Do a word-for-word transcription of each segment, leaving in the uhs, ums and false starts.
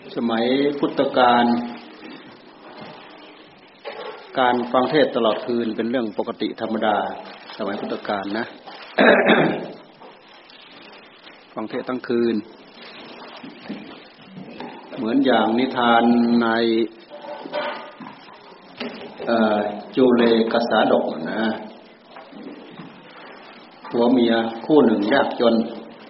สมัยพุทธกาลการฟังเทศน์ตลอดคืนเป็นเรื่องปกติธรรมดาสมัยพุทธกาลนะ ฟังเทศน์ทั้งคืนเหมือนอย่างนิทานในจูเลกสาดกนะผัวเมียคู่หนึ่งยากจน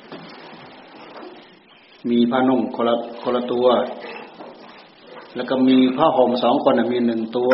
มีผ้านุ่งคนละคนละตัวแล้วก็มีผ้าห่มสองคนมีหนึ่งตัว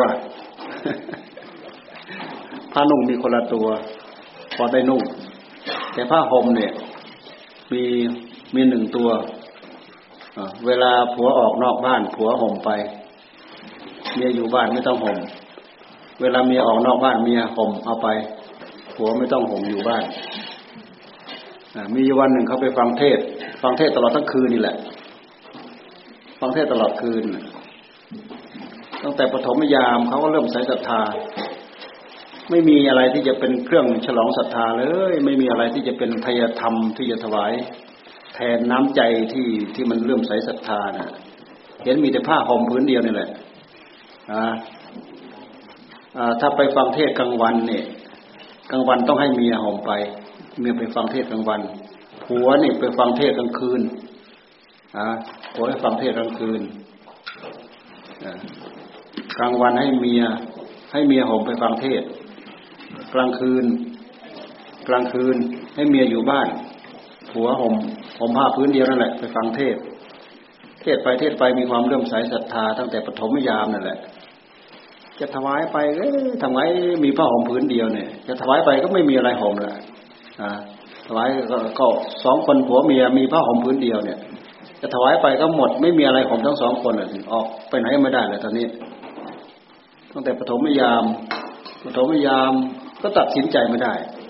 ผ้านุ่งมีคนละตัวพอได้นุ่งแต่ผ้าห่มเนี่ยมีมีหนึ่งตัวเวลาผัวออกนอกบ้านผัวห่มไปเมียอยู่บ้านไม่ต้องห่มเวลาเมียออกนอกบ้านเมียห่มเอาไปผัวไม่ต้องห่มอยู่บ้านมีวันหนึ่งเขาไปฟังเทศฟังเทศตลอดทั้งคืนนี่แหละฟังเทศตลอดคืนตั้งแต่ปฐมยามเขาก็เริ่มใส่ศรัทธาไม่มีอะไรที่จะเป็นเครื่องฉลองศรัทธาเลยไม่มีอะไรที่จะเป็นทายธรรมที่จะถวายแทนน้ำใจที่ที่มันเริ่มใส่ศรัทธาน่ะเห็นมีแต่ผ้าห่มผืนเดียวนี่แหละอ่าอ่าถ้าไปฟังเทศกลางวันเนี่ยกลางวันต้องให้เมียห่มไปเมียไปฟังเทศกลางวันผัวนี่ไปฟังเทศกลางคืนอ่าผัวให้ฟังเทศกลางคืนอ่ากลางวันให้เมียให้เมียห่มไปฟังเทศกลางคืนกลางคืนให้เมียอยู่บ้านผัวห่มห่มผ้าพื้นเดียวนั่นแหละไปฟังเทศเทศไปเทศไปมีความเลื่อมใสศรัทธาตั้งแต่ปฐมยามนั่นแหละจะถวายไปเอ๊ะทำไมมีผ้าห่มพื้นเดียวเนี่ยจะถวายไปก็ไม่มีอะไรห่มละอ่าถวายก็ก็สองคนผัวเมียมีผ้าห่มพื้นเดียวเนี่ยจะถวายไปก็หมดไม่มีอะไรห่มทั้งสองคนอ่ะออกไปไหนไม่ได้เลยตอนนี้ตั้งแต่ปฐมยามปฐมยามก็ตัดสินใจไม่ได้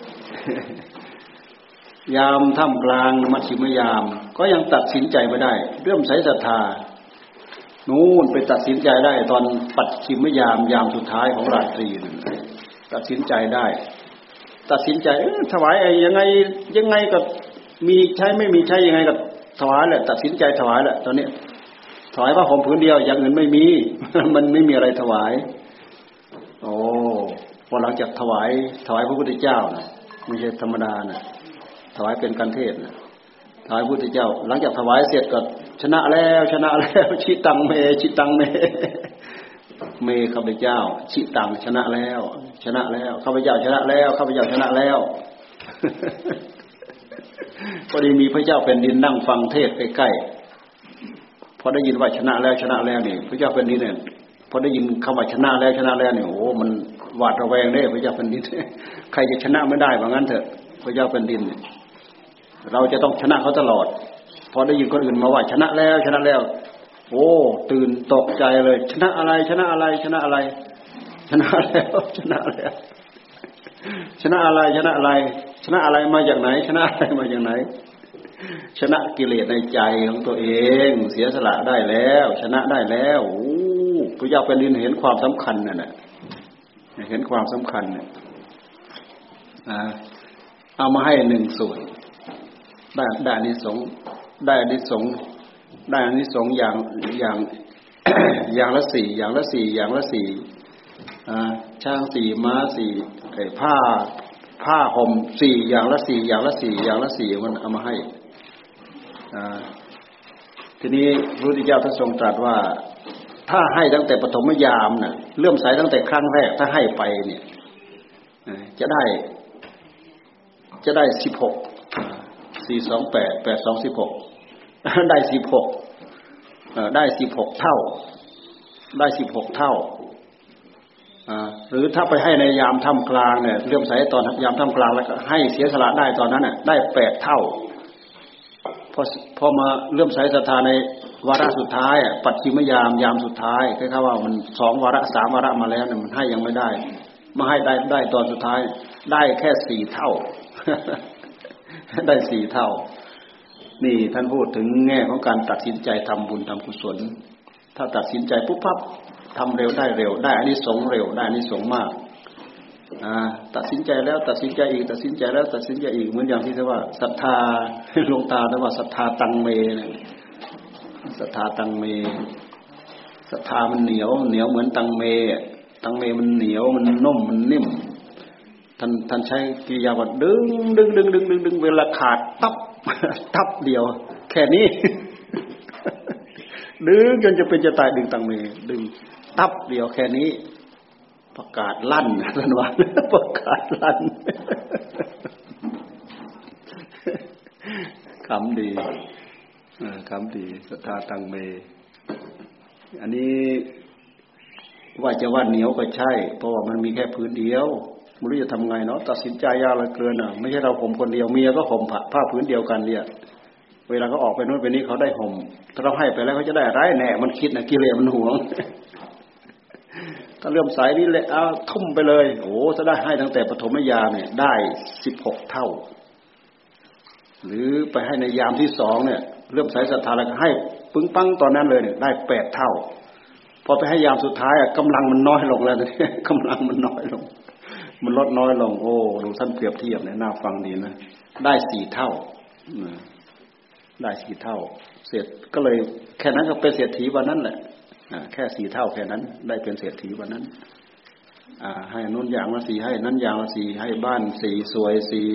ยามท่ามกลางมัชฌิมยามก็ยังตัดสินใจไม่ได้เริ่มใส่ศรัทธานู่นไปตัดสินใจได้ตอนปัจฉิมยามยามสุดท้ายของราตรีนั่นตัดสินใจได้ตัดสินใจถวายไอ้ยังไงยังไงก็มีใช้ไม่มีใช้ยังไงก็ถวายแหละตัดสินใจถวายแหละตอนนี้ถวายผ้าห่มผืนเดียวอย่างอื่นไม่มี มันไม่มีอะไรถวายโอ้พอหลังจากถวายถวายพระพุทธเจ้านะไม่ใช่ธรรมดานะถวายเป็นการเทศนะถวายพระพุทธเจ้าหลังจากถวายเสร็จก็ชนะแล้วชนะแล้วชิตังเมชิตังเมเมข้าพเจ้าชิตังชนะแล้วชนะแล้วข้าพเจ้าชนะแล้วข้าพเจ้าชนะแล้วพอดีมีพระเจ้าเป็นดินนั่งฟังเทศใกล้ๆพอได้ยินว่าชนะแล้วชนะแล้วนี่พระเจ้าเป็นดินเนี่ยพอได้ยินคำว่าชนะแล้วชนะแล้วเนี่ยโอ้มันหวาดระแวงเด้พระเจ้าเป็นดินใครจะชนะไม่ได้ว่างั้นเถอะพระเจ้าเป็นดินเราจะต้องชนะเขาตลอดพอได้ยินคนอื่นมาว่าชนะแล้วชนะแล้วโอ้ตื่นตกใจเลยชนะอะไรชนะอะไรชนะอะไรชนะแล้วชนะแล้วชนะอะไรชนะอะไรชนะอะไรมาจากไหนชนะอะไรมาจากไหนชนะกิเลสในใจของตัวเองเสียสละได้แล้วชนะได้แล้วโอ้พระเจ้าแผ่นดินเห็นความสำคัญนั่นน่ะเห็นความสำคัญเนี่ยอ่าเอามาให้หนึ่งส่วนได้ได้อานิสงส์ได้อานิสงส์ได้อานิสงส์อย่างอย่าง อย่างละสี่อย่างละสี่อย่างละสี่อ่าช้างสี่ม้าสี่ไอ้ผ้าผ้าห่มสี่อย่างละสี่อย่างละสี่อย่างละสี่มันเอามาให้อ่าทีนี้พระพุทธเจ้าท่านทรงตรัสว่าถ้าให้ตั้งแต่ปฐมยามน่ะเริ่มใส่ตั้งแต่ครั้งแรกถ้าให้ไปเนี่ยจะได้จะได้สิบหกสี่สองแปดแปดสองสิบหกได้สิบหกได้สิบหกเท่าได้สิบหกเท่าหรือถ้าไปให้ในยามท่ามกลางเนี่ยเริ่มใส่ตอนยามท่ามกลางแล้วก็ให้เสียสละได้ตอนนั้นน่ะได้แปดเท่าพอพอมาเริ่มใส่ศรัทธาในวาระสุดท้ายปัจฉิมยามยามสุดท้ายแค่ว่ามันสองวาระสามวาระมาแล้วเนี่ยมันให้ยังไม่ได้มาให้ได้ได้ตอนสุดท้ายได้แค่สี่เท่าได้สี่เท่านี่ท่านพูดถึงแง่ของการตัดสินใจทำบุญทำกุศลถ้าตัดสินใจปุ๊บปั๊บทำเร็วได้เร็วได้อานิสงส์เร็วได้อานิสงส์มากอ่าตัดสินใจแล้วตัดสินใจอีกตัดสินใจแล้วตัดสินใจอีกเหมือนอย่างที่ว่าศรัทธาหลวงตาท่านว่าศรัทธาตังเมเนี่ยศรัทธาตังเมศรัทธามันเหนียวเหนียวเหมือนตังเมตังเมมันเหนียวมันนุ่มมันนิ่มท่านท่านใช้กิริยาว่าดึงดึงดึงดึงดึงดึงเวลาขาดตับตับเดียวแค่นี้ดึงจนจะเป็นจะตายดึงตังเมดึงตับเดียวแค่นี้ประกาศลั่นท่านว่าประกาศลั่นคำดีคำดีศรัทธาตังเมอันนี้ว่าจะว่าเหนียวก็ใช่เพราะว่ามันมีแค่พื้นเดียวไม่รู้จะทำไงเนาะตัดสินใจยากเหลือเกินอ่ะไม่ใช่เราห่มคนเดียวเมียก็ห่มผ้าพื้นเดียวกันเนี่ยเวลาเขาออกไปโน่นไปนี่เขาได้ห่มถ้าเราให้ไปแล้วเขาจะได้อะไรแน่มันคิดนะกิเลสมันหวงถ้าเริ่มสายนี้เลยเอาทุ่มไปเลยโอ้จะได้ให้ตั้งแต่ปฐมยามเนี่ยได้สิบหกเท่าหรือไปให้ในยามที่สองเนี่ยเริ่มสายศรัทธาแล้วก็ให้ปึ้งปังตอนนั้นเลยเนี่ยได้แปดเท่าพอไปให้ยามสุดท้ายกำลังมันน้อยลงแล้วเนี่ยกำลังมันน้อยลงมันลดน้อยลงโอ้ดูท่านเปรียบเทียบเนี่ยน่าฟังดีนะได้สี่เท่าได้สี่เท่าเสร็จก็เลยแค่นั้นก็เป็นเศรษฐีวันนั้นแหละแค่สี่เท่าแค่นั้นได้เป็นเศรษฐีวันนั้นให้นู้นอย่างละสี่ให้นั้นอย่างละสี่ให้บ้านสี่สวยสี่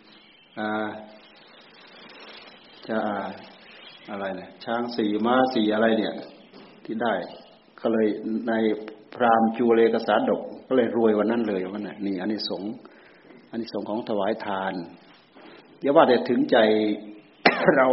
จะอะไรเนี่ยช้างสี่ม้าสี่อะไรเนี่ยที่ได้ก็เลยในพราหมณ์จูเลกษาดกก็เลยรวยวันนั้นเลยวันนั้นนี่อานิสงส์อานิสงส์ของถวายทานอย่าว่าแต่ถึงใจ เรา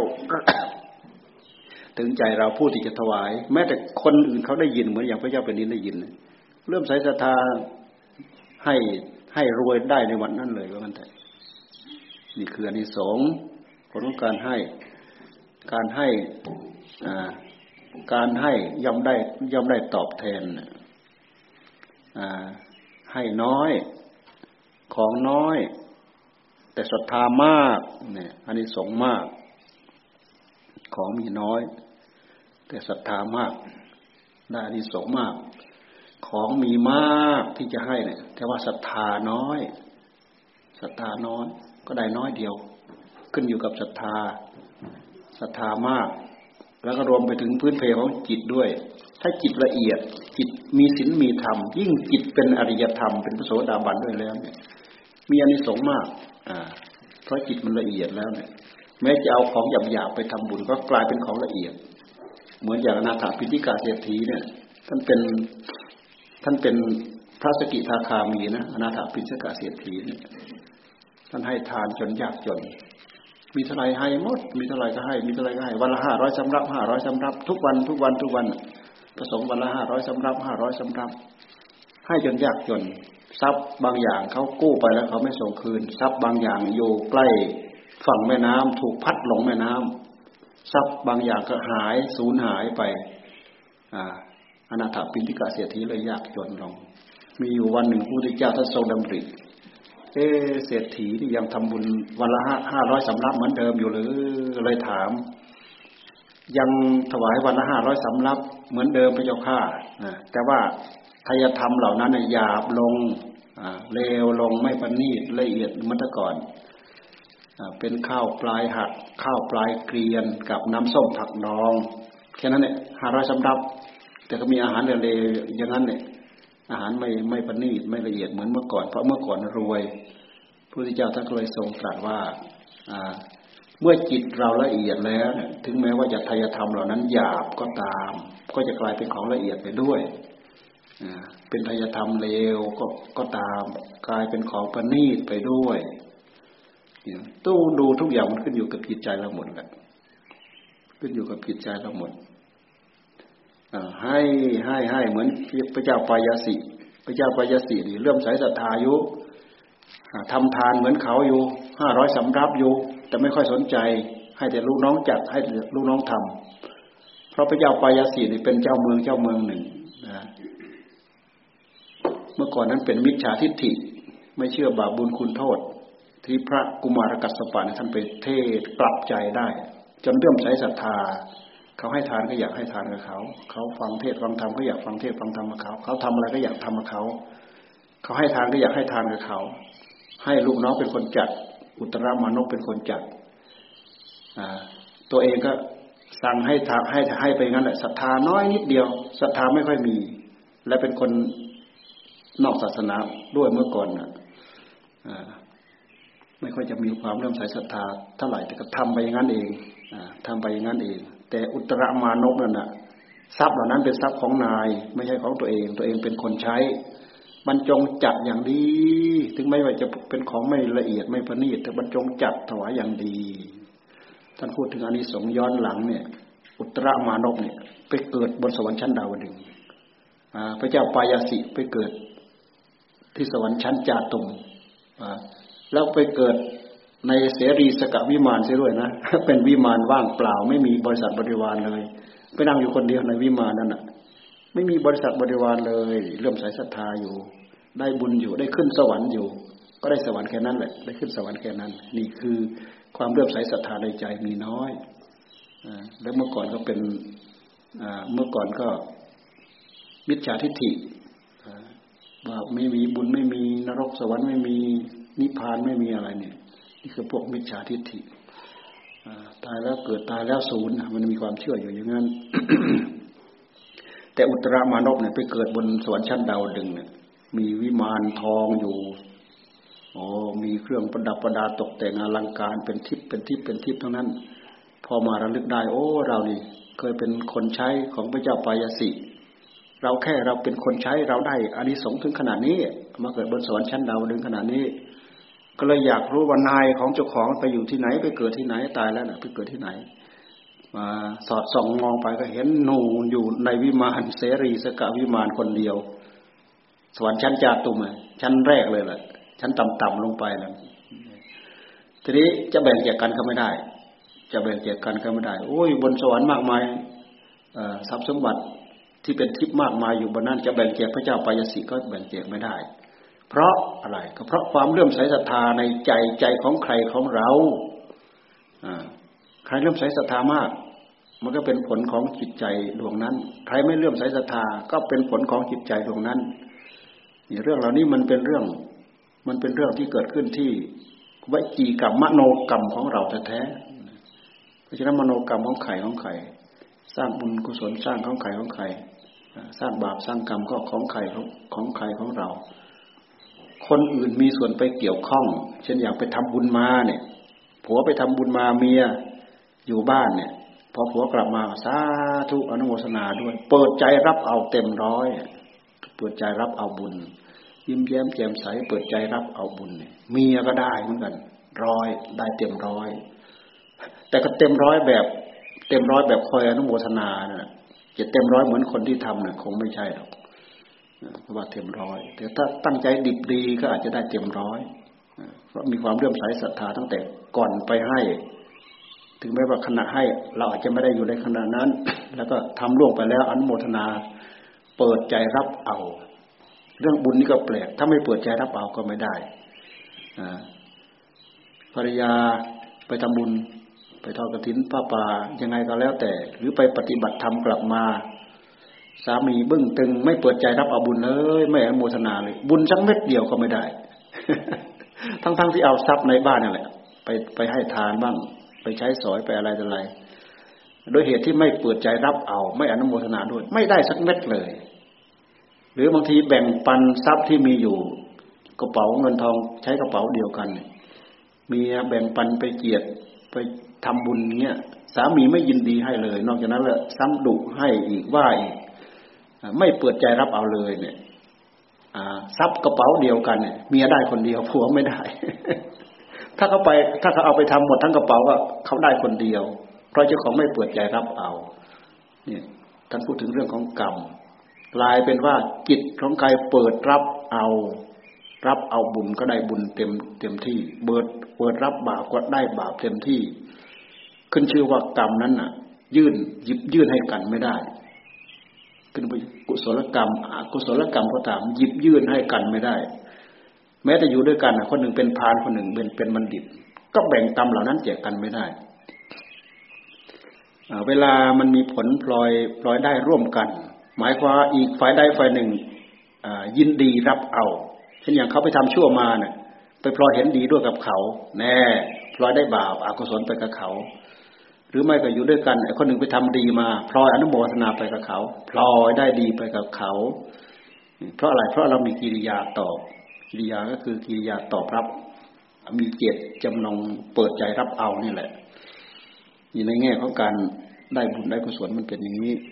ถึงใจเราผู้ที่จะถวายแม้แต่คนอื่นเขาได้ยินเหมือนอย่างพระเจ้าแผ่นดินได้ยินเริ่มใส่ศรัทธาให้ให้รวยได้ในวันนั้นเลยว่างั้นแต่นี่คืออานิสงส์ของการให้การให้อ่าการให้ย่อมได้ย่อมได้ตอบแทนอ่าให้น้อยของน้อยแต่ศรัทธามากเนี่ยอานิสงส์มากของมีน้อยแต่ศรัทธามากได้อานิสงส์มากของมีมากที่จะให้เนี่ยแต่ว่าศรัทธาน้อยศรัทธาน้อยก็ได้น้อยเดียวขึ้นอยู่กับศรัทธาศรัทธามากแล้วก็รวมไปถึงพื้นเพของจิตด้วยถ้าจิตละเอียดจิตมีศีลมีธรรมยิ่งจิตเป็นอริยธรรมเป็นพระโสดาบันด้วยแล้วเนี่ยมีอานิสงส์มากอ่าเพราะจิตมันละเอียดแล้วเนี่ยแม้จะเอาของหยาบๆไปทำบุญก็กลายเป็นของละเอียดเหมือนอย่างอนาถปิณฑิกาเศรษฐีเนี่ยท่านเป็นท่านเป็นพระสกิทาคามีนะอนาถปิณฑิกาเศรษฐีเนี่ยท่านให้ทานจนยากจนมีเท่าไรให้หมดมีเท่าไรก็ให้มีเท่าไรก็ให้วันละห้าร้อยสำรับห้าร้อยสำรับทุกวันทุกวันทุกวันประสงค์วันละห้าร้อยสำรับห้าร้อยสำรับให้จนยากจนทรัพย์บางอย่างเขากู้ไปแล้วเขาไม่ส่งคืนทรัพย์บางอย่างอยู่ใกล้ฝั่งแม่น้ำถูกพัดลงแม่น้ำทรัพย์บางอย่างก็หายสูญหายไปอ่าอนาถปิณฑิกาเศรษฐีเลยยากจนลงมีอยู่วันหนึ่งพระพุทธเจ้าท่านทรงดำริเอเศรษฐีที่ยังทำบุญวันละห้าร้อยสำรับเหมือนเดิมอยู่หรือเลยถามยังถวายวันละห้าร้อยสำรับเหมือนเดิมพระเจ้าข้าแต่ว่าทายธรรมเหล่านั้นหยาบลงเลวลงไม่ประณีตละเอียดเหมือนแต่ก่อนเป็นข้าวปลายหักข้าวปลายเกลียนกับน้ำส้มผักดองแค่นั้นเนี่ยห้าร้อยสำรับแต่ก็มีอาหารเลวอย่างนั้นเนี่ยอาหารไม่ไม่ประณีตไม่ละเอียดเหมือนเมื่อก่อนเพราะเมื่อก่อนรวยพระพุทธเจ้าท่านก็เลยทรงตรัสว่าเมื่อจิตเราละเอียดแล้วเนี่ยถึงแม้ว่าจะทายธรรมเหล่านั้นหยาบก็ตามก็จะกลายเป็นของละเอียดไปด้วยเป็นทายธรรมเลวก็ก็ตามกลายเป็นของประณีตไปด้วยต้องดูทุกอย่างมันขึ้นอยู่กับจิตใจเราหมดแหละขึ้นอยู่กับจิตใจเราหมดให้ให้ให้เหมือนพระเจ้าปายาสิพระเจ้าปายาสินี่เริ่มใส่ศรัทธาอยู่ทำทานเหมือนเขาอยู่ห้าร้อยสำรับอยู่แต่ไม่ค่อยสนใจให้แต่ลูกน้องจัดให้ลูกน้องทำเพราะพระเจ้าปายาสินี่เป็นเจ้าเมืองเจ้าเมืองหนึ่งนะเมื่อก่อนนั้นเป็นมิจฉาทิฏฐิไม่เชื่อบาปบุญคุณโทษที่พระกุมารกัสสปะท่านไปเทศกลับใจได้จนเริ่มใส่ศรัทธาเขาให้ทานก็อยากให้ทานกับเขาเขาฟังเทศฟังธรรมก็อยากฟังเทศฟังธรรมกับเขาเขาทำอะไรก็อยากทำกับเขาเขาให้ทานก็อยากให้ทานกับเขาให้ลูกน้องเป็นคนจัดอุตรามานพเป็นคนจัดตัวเองก็สั่งให้ทำให้ให้ไปงั้นแหละศรัทธาน้อยนิดเดียวศรัทธาไม่ค่อยมีและเป็นคนนอกศาสนาด้วยเมื่อก่อนน่ะไม่ค่อยจะมีความเริ่มใสศรัทธาเท่าไหร่แต่ก็ทำไปอย่างนั้นเองทำไปอย่างนั้นเองแต่อุตรมานพนั่นน่ะทรัพย์เหล่านั้นเป็นทรัพย์ของนายไม่ใช่ของตัวเองตัวเองเป็นคนใช้บรรจงจัดอย่างดีถึงไม่ว่าจะเป็นของไม่ละเอียดไม่ประณีตแต่บรรจงจัดถวายอย่างดีท่านพูดถึงอานิสงส์ย้อนหลังเนี่ยอุตรมานพเนี่ยไปเกิดบนสวรรค์ชั้นดาวดึงส์พระเจ้าปายาสิไปเกิดที่สวรรค์ชั้นจาตุมแล้วไปเกิดในเสรีสกวิมานเสียด้วยนะเป็นวิมานว่างเปล่าไม่มีบริษัทบริวารเลยไปนั่งอยู่คนเดียวในวิมานนั่นน่ะไม่มีบริษัทบริวารเลยเริ่มใส่ศรัทธาอยู่ได้บุญอยู่ได้ขึ้นสวรรค์อยู่ก็ได้สวรรค์แค่นั้นแหละได้ขึ้นสวรรค์แค่นั้นนี่คือความเริ่มใส่ศรัทธาในใจมีน้อยแล้วเมื่อก่อนก็เป็นเมื่อก่อนก็มิจฉาทิฏฐิว่าไม่มีบุญไม่มีนรกสวรรค์ไม่มีนิพพานไม่มีอะไรเนี่ยนี่คือพวกมิจฉาทิฏฐิตายแล้วเกิดตายแล้วศูนย์มันมีความเชื่ออยู่อย่างนั้น แต่อุตรมานพเนี่ยไปเกิดบนสวรรค์ชั้นดาวดึงส์เนี่ยมีวิมานทองอยู่โอ้มีเครื่องประดับประดาตกแต่งอลังการเป็นทิพย์เป็นทิพย์เป็นทิพย์ทั้งนั้นพอมาระลึกได้โอ้เรานี่เคยเป็นคนใช้ของพระเจ้าปายาสิเราแค่เราเป็นคนใช้เราได้อานิสงส์ถึงขนาดนี้มาเกิดบนสวรรค์ชั้นดาวดึงส์ขนาดนี้ก็เลยอยากรู้ว่านายของเจ้าของไปอยู่ที่ไหนไปเกิดที่ไหนตายแล้วน่ะไปเกิดที่ไหนมาสอดส่องมองไปก็เห็นหนูอยู่ในวิมานเสรีสกวิมานคนเดียวสวรรค์ชั้นจาตุมชั้นแรกเลยแหละชั้นต่ำๆลงไปแล้วทีนี้จะแบ่งแจกกันก็ไม่ได้จะแบ่งแจกกันก็ไม่ได้โอ้ยบนสวรรค์มากมายทรัพย์สมบัติที่เป็นทิพย์มากมายอยู่บนนั้นจะแบ่งแจกพระเจ้าปายาสิก็แบ่งแจกไม่ได้เพราะอะไรก็เพราะความเลื่อมใสศรัทธาในใจใจของใครของเราใครเลื่อมใสศรัทธามากมันก็เป็นผลของจิตใจดวงนั้นใครไม่เลื่อมใสศรัทธาก็เป็นผลของจิตใจดวงนั้นนี่เรื่องเหล่านี้มันเป็นเรื่องมันเป็นเรื่องที่เกิดขึ้นที่วจีกรรมมโนกรรมของเราแท้ๆเพราะฉะนั้นมโนกรรมของใครของใครสร้างบุญกุศลสร้างของใครของใครสร้างบาปสร้างกรรมก็ของใครของใครของเราคนอื่นมีส่วนไปเกี่ยวข้องเช่นอย่างไปทำบุญมาเนี่ยผัวไปทำบุญมาเมียอยู่บ้านเนี่ยพอผัวกลับมาสาธุอนุโมทนาด้วยเปิดใจรับเอาเต็มร้อยเปิดใจรับเอาบุญยิ้มแย้มแจ่มใสเปิดใจรับเอาบุญเมียก็ได้เหมือนกันร้อยได้เต็มร้อยแต่ก็เต็มร้อยแบบเต็มร้อยแบบคอยอนุโมทนาน่ะจะเต็มร้อยเหมือนคนที่ทำน่ะคงไม่ใช่หรอกเพราะว่าเต็มร้อยแต่ถ้าตั้งใจดิบดีก็อาจจะได้เต็มร้อยเพราะมีความเลื่อมใสศรัทธาตั้งแต่ก่อนไปให้ถึงแม้ว่าขณะให้เราอาจจะไม่ได้อยู่ในขณะนั้นแล้วก็ทำล่วงไปแล้วอนุโมทนาเปิดใจรับเอาเรื่องบุญนี่ก็แปลกถ้าไม่เปิดใจรับเอาก็ไม่ได้ภรรยาไปทำบุญไปทอดกฐินผ้าป่ายังไงก็แล้วแต่หรือไปปฏิบัติธรรมกลับมาสามีบึ้งตึงไม่เปิดใจรับเอาบุญเลยไม่อนุโมทนาเลยบุญสักเม็ดเดียวก็ไม่ได้ ทั้งๆ ท, ที่เอาทรัพย์ในบ้านนั่นแหละไปไปให้ทานบ้างไปใช้สอยไปอะไรต่ออะไรโดยเหตุที่ไม่เปิดใจรับเอาไม่อนุโมทนาด้วยไม่ได้สักเม็ดเลยหรือบางทีแบ่งปันทรัพย์ที่มีอยู่กระเป๋าเงินทองใช้กระเป๋าเดียวกันมีแบ่งปันไปเกียรติไปทำบุญเงี้ยสามีไม่ยินดีให้เลยนอกจากนั้นแล้วซ้ำดุให้อีกว่าอีกไม่เปิดใจรับเอาเลยเนี่ยทรัพย์กระเป๋าเดียวกันเนี่ยเมียได้คนเดียวผัวไม่ได้ ถ้าเขาไปถ้าเขาเอาไปทำหมดทั้งกระเป๋าก็เขาได้คนเดียวเพราะเจ้าของไม่เปิดใจรับเอาเนี่ยท่านพูดถึงเรื่องของกรรมกลายเป็นว่าจิตของใครเปิดรับเอารับเอาบุญก็ได้บุญเต็มเต็มที่เปิดเปิดรับบาปก็ได้บาปเต็มที่ขึ้นชื่อว่ากรรมนั้นน่ะยื่นหยิบยื่นให้กันไม่ได้ขึ้นไปกุศลกรรมอกุศลกรรมก็ตามหยิบยื่นให้กันไม่ได้แม้แต่อยู่ด้วยกันคนหนึ่งเป็นพาลคนหนึ่งเป็นเป็นบัณฑิตก็แบ่งกรรมเหล่านั้นแจกกันไม่ได้เวลามันมีผลพลอยพลอยได้ร่วมกันหมายความอีกฝ่ายใดฝ่ายหนึ่งยินดีรับเอาเช่นอย่างเขาไปทำชั่วมาเนี่ยไปพลอยเห็นดีด้วยกับเขาแน่พลอยได้บาปอกุศลไปกับเขาหรือไม่ก็อยู่ด้วยกันไอ้คนหนึ่งไปทำดีมาพลอยอนุโมทนาไปกับเขาพลอยได้ดีไปกับเขาเพราะอะไรเพราะเรามีกิริยาตอบกิริยาก็คือกิริยาตอบรับมีเจตจำนงเปิดใจรับเอานี่แหละอยู่ในแง่ของการได้บุญได้กุศลมันเป็นอย่างนี้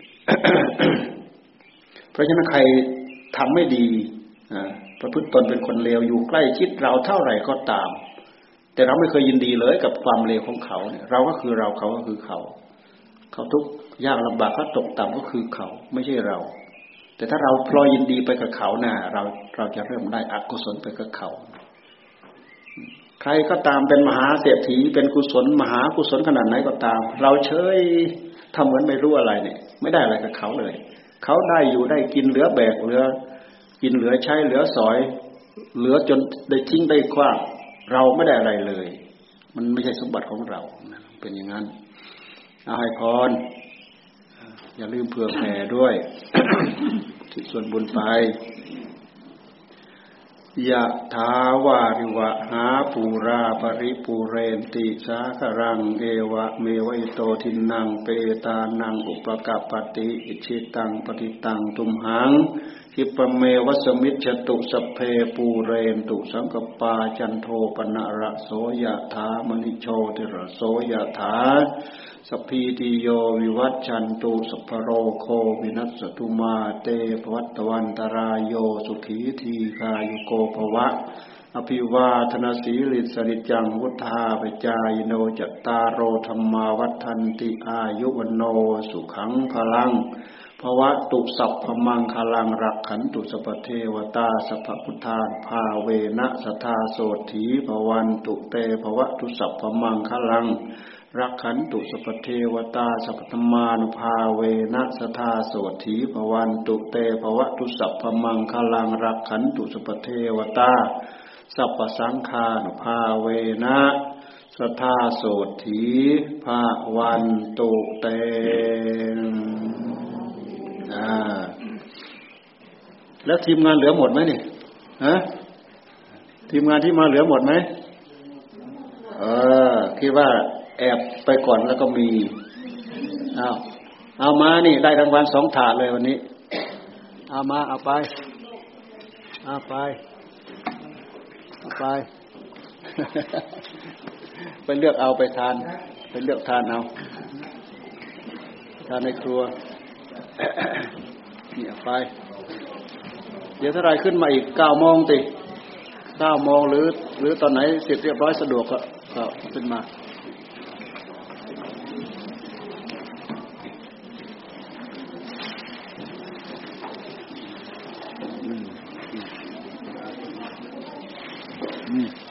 เพราะฉะนั้นใครทำไม่ดีประพฤติตนเป็นคนเลวอยู่ใกล้ชิดเราเท่าไหร่ก็ตามแต่เราไม่เคยยินดีเลยกับความเลวของเขาเนี่ยเราก็คือเราเขาก็คือเขาเขาทุกข์ยากลำบากเขาตกต่ำก็คือเขาไม่ใช่เราแต่ถ้าเราพลอยยินดีไปกับเขาน่ะเราเราจะเริ่มได้อกุศลไปกับเขาใครก็ตามเป็นมหาเศรษฐีเป็นกุศลมหากุศลขนาดไหนก็ตามเราเฉยทำเหมือนไม่รู้อะไรเนี่ยไม่ได้อะไรกับเขาเลยเขาได้อยู่ได้กินเหลือแบกเหลือกินเหลือใช้เหลือสอยเหลือจนได้ทิ้งได้คว้างเราไม่ได้อะไรเลยมันไม่ใช่สมบัติของเราเป็นอย่างนั้นเอาให้พรอย่าลืมเผื่อแผ่ด้วย ที่ส่วนบุญไปยะถาวาริวะหาปูราปริปูเรนติสาครังเอวะเมวะอิโตทินังเปตานังอุปกัปปติอิชิตังปฏิตังตุมหังคิปเมวะสมิจฉตุสัพเพปูเรนตุสังกปาจันโทปนะระโสยะถามณิโชติระโสยะถาสัพพิติโยวิวัชชันตุสัพพโรโควินัสสตุมาเตภวัตวันตรายโยสุขีทีคายุโกภวะอภิวาทนาสีลิสริจังวุธาปจายโนจัตตารโอธรรมาวัฏันติอายุวโนสุขังพลังภวะตุสัพพมังคลังรักขันตุสัพเทวตาสัพพพุทธาภาเวนะสัทธาโสถีภวันตุเตภวะตุสัพพมังคลังรักขันตุสัพเทวตาสัพพธรรมานุภาเวนะสัทธาโสถีภวันตุเตภวะตุสัพพมังคลังรักขันตุสัพพเทวตาสัพพสังฆานุภาเวนะสัทธาโสถีภวันตุเตอ่าแล้วทีมงานเหลือหมดไหมนี่ฮะทีมงานที่มาเหลือหมดไหมเออคิดว่าแอบไปก่อนแล้วก็มีเอาเอามานี่ได้รางวัลสองถาดเลยวันนี้เอามาเอาไปเอาไปเอาไป ไปเลือกเอาไปทานไปเลือกทานเอาทานในครัวเนี่ยไปเดี๋ยวถ้าไรขึ้นมาอีกเก้าโมงติเก้าโมงหรือหรือตอนไหนเสร็จเรียบร้อยสะดวกก็ก็ขึ้นมาอืม